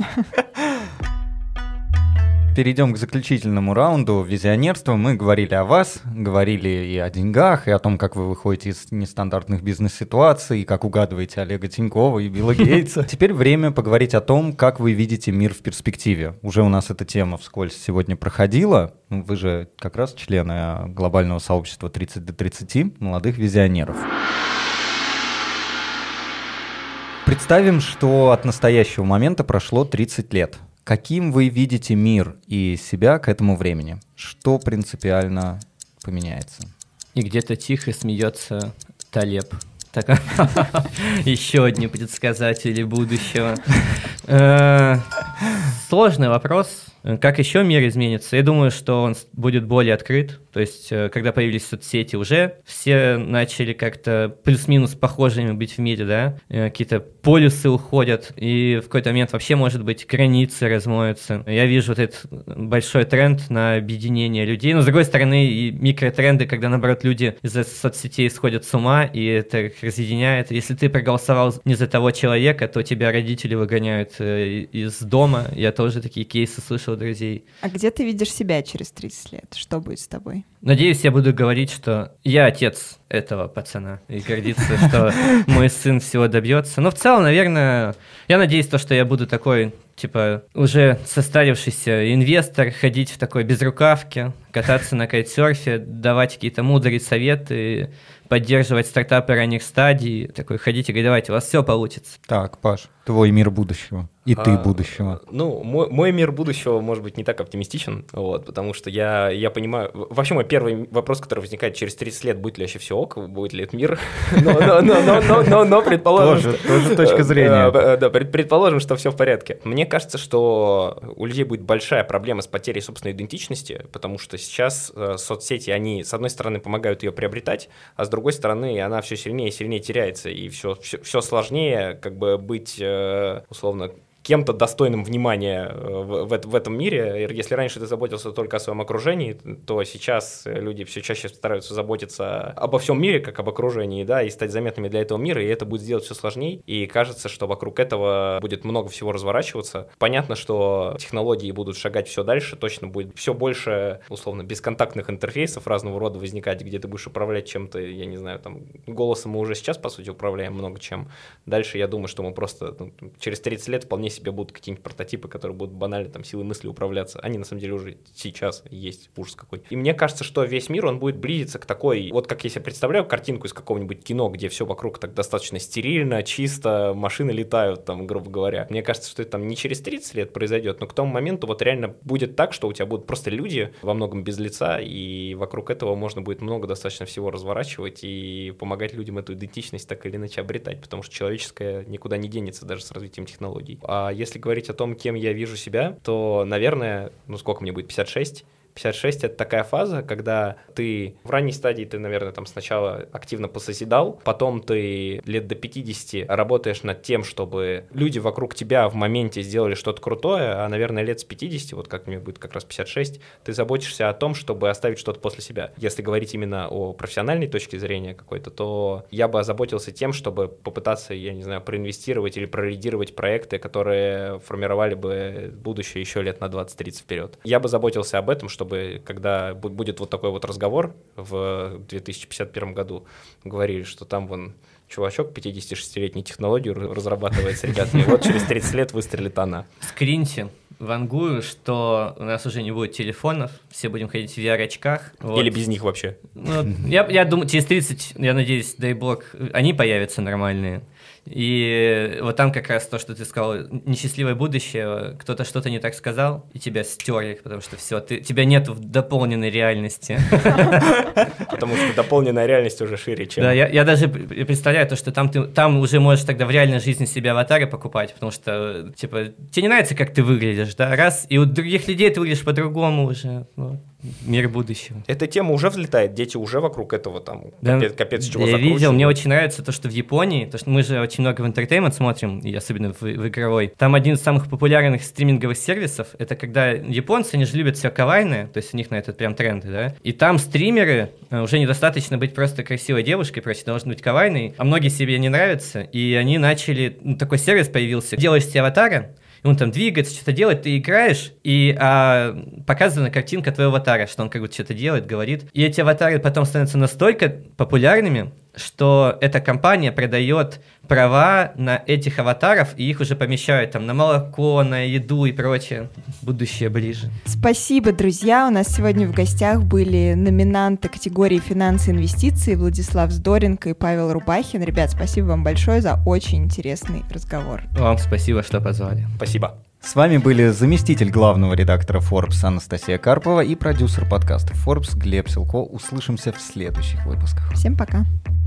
Перейдем к заключительному раунду визионерства. Мы говорили о вас, говорили и о деньгах, и о том, как вы выходите из нестандартных бизнес-ситуаций, и как угадываете Олега Тинькова и Билла Гейтса. Теперь время поговорить о том, как вы видите мир в перспективе. Уже у нас эта тема вскользь сегодня проходила. Вы же как раз члены глобального сообщества тридцать до тридцати молодых визионеров. Представим, что от настоящего момента прошло тридцать лет. Каким вы видите мир и себя к этому времени? Что принципиально поменяется? И где-то тихо смеется Талеб. Еще одни предсказатели будущего. Сложный вопрос. Как еще мир изменится? Я думаю, что он будет более открыт. То есть, когда появились соцсети, уже все начали как-то плюс-минус похожими быть в мире, да? Какие-то полюсы уходят, и в какой-то момент вообще, может быть, границы размоются. Я вижу вот этот большой тренд на объединение людей. Но, с другой стороны, и микротренды, когда, наоборот, люди из-за соцсетей сходят с ума, и это их разъединяет. Если ты проголосовал не за того человека, то тебя родители выгоняют из дома. Я тоже такие кейсы слышал от друзей. А где ты видишь себя через тридцать лет? Что будет с тобой? Надеюсь, я буду говорить, что я отец этого пацана и гордиться, что мой сын всего добьется. Но в целом, наверное, я надеюсь, то, что я буду такой, типа, уже состарившийся инвестор, ходить в такой безрукавке, кататься на кайтсерфе, давать какие-то мудрые советы, поддерживать стартапы ранних стадий, такой ходить и говорить, давайте, у вас все получится. Так, Паш, твой мир будущего. И ты а, будущего. Ну, мой, мой мир будущего, может быть, не так оптимистичен, вот, потому что я, я понимаю... Вообще, мой первый вопрос, который возникает через тридцать лет, будет ли вообще все ок, будет ли это мир, но предположим... Тоже точка зрения. Да, предположим, что все в порядке. Мне кажется, что у людей будет большая проблема с потерей собственной идентичности, потому что сейчас соцсети, они, с одной стороны, помогают ее приобретать, а с другой стороны, она все сильнее и сильнее теряется, и все, все, все сложнее как бы быть, условно, кем-то достойным внимания в, в, в этом мире. Если раньше ты заботился только о своем окружении, то сейчас люди все чаще стараются заботиться обо всем мире, как об окружении, да, и стать заметными для этого мира, и это будет сделать все сложнее. И кажется, что вокруг этого будет много всего разворачиваться. Понятно, что технологии будут шагать все дальше, точно будет все больше, условно, бесконтактных интерфейсов разного рода возникать, где ты будешь управлять чем-то, я не знаю, там, голосом мы уже сейчас, по сути, управляем много чем. Дальше, я думаю, что мы просто ну, через тридцать лет вполне себе будут какие-нибудь прототипы, которые будут банально там силой мысли управляться. Они на самом деле уже сейчас есть, ужас какой. И мне кажется, что весь мир, он будет близиться к такой, вот как я себе представляю картинку из какого-нибудь кино, где все вокруг так достаточно стерильно, чисто, машины летают там, грубо говоря. Мне кажется, что это там не через тридцать лет произойдет, но к тому моменту вот реально будет так, что у тебя будут просто люди, во многом без лица, и вокруг этого можно будет много достаточно всего разворачивать и помогать людям эту идентичность так или иначе обретать, потому что человеческое никуда не денется даже с развитием технологий. А если говорить о том, кем я вижу себя, то, наверное, ну сколько мне будет, пятьдесят шесть? пятьдесят шесть — это такая фаза, когда ты в ранней стадии, ты, наверное, там сначала активно посозидал, потом ты лет до пятидесяти работаешь над тем, чтобы люди вокруг тебя в моменте сделали что-то крутое, а, наверное, лет с пятидесяти, вот как мне будет как раз пятьдесят шесть, ты заботишься о том, чтобы оставить что-то после себя. Если говорить именно о профессиональной точке зрения какой-то, то я бы озаботился тем, чтобы попытаться, я не знаю, проинвестировать или пролидировать проекты, которые формировали бы будущее еще лет на двадцать-тридцать вперед. Я бы заботился об этом, чтобы чтобы когда будет вот такой вот разговор в две тысячи пятьдесят первом году, говорили, что там вон чувачок пятидесятишестилетней технологию разрабатывает с ребятами, и вот через тридцать лет выстрелит она. Скриньте, вангую, что у нас уже не будет телефонов, все будем ходить в ви ар-очках. Вот. Или без них вообще. Ну, я, я думаю, через тридцать, я надеюсь, дай бог, они появятся нормальные. И вот там как раз то, что ты сказал, несчастливое будущее, кто-то что-то не так сказал, и тебя стерли, потому что все, ты, тебя нет в дополненной реальности. Потому что дополненная реальность уже шире, чем... Да, я, я даже представляю то, что там ты там уже можешь тогда в реальной жизни себе аватары покупать, потому что, типа, тебе не нравится, как ты выглядишь, да, раз, и у других людей ты выглядишь по-другому уже, вот. Мир будущего. Эта тема уже взлетает, дети уже вокруг этого там да, капец, капец чего я закручивают. видел, мне очень нравится то, что в Японии, то, что мы же очень много в интертеймент смотрим, и особенно в, в игровой, там один из самых популярных стриминговых сервисов, это когда японцы, они же любят все кавайное, то есть у них на этот прям тренды, да, и там стримеры, уже недостаточно быть просто красивой девушкой, прочее, должны быть кавайной, а многие себе не нравятся, и они начали, ну, такой сервис появился, делаешь себе аватара, и он там двигается, что-то делает, ты играешь, и а, показана картинка твоего аватара, что он как будто что-то делает, говорит. И эти аватары потом становятся настолько популярными, что эта компания продает права на этих аватаров, и их уже помещают там на молоко, на еду и прочее. Будущее ближе. Спасибо, друзья. У нас сегодня в гостях были номинанты категории «Финансы и инвестиции» Владислав Здоренко и Павел Рубахин. Ребят, спасибо вам большое за очень интересный разговор. Вам спасибо, что позвали. Спасибо. С вами были заместитель главного редактора Forbes Анастасия Карпова и продюсер подкаста Forbes Глеб Силко. Услышимся в следующих выпусках. Всем пока.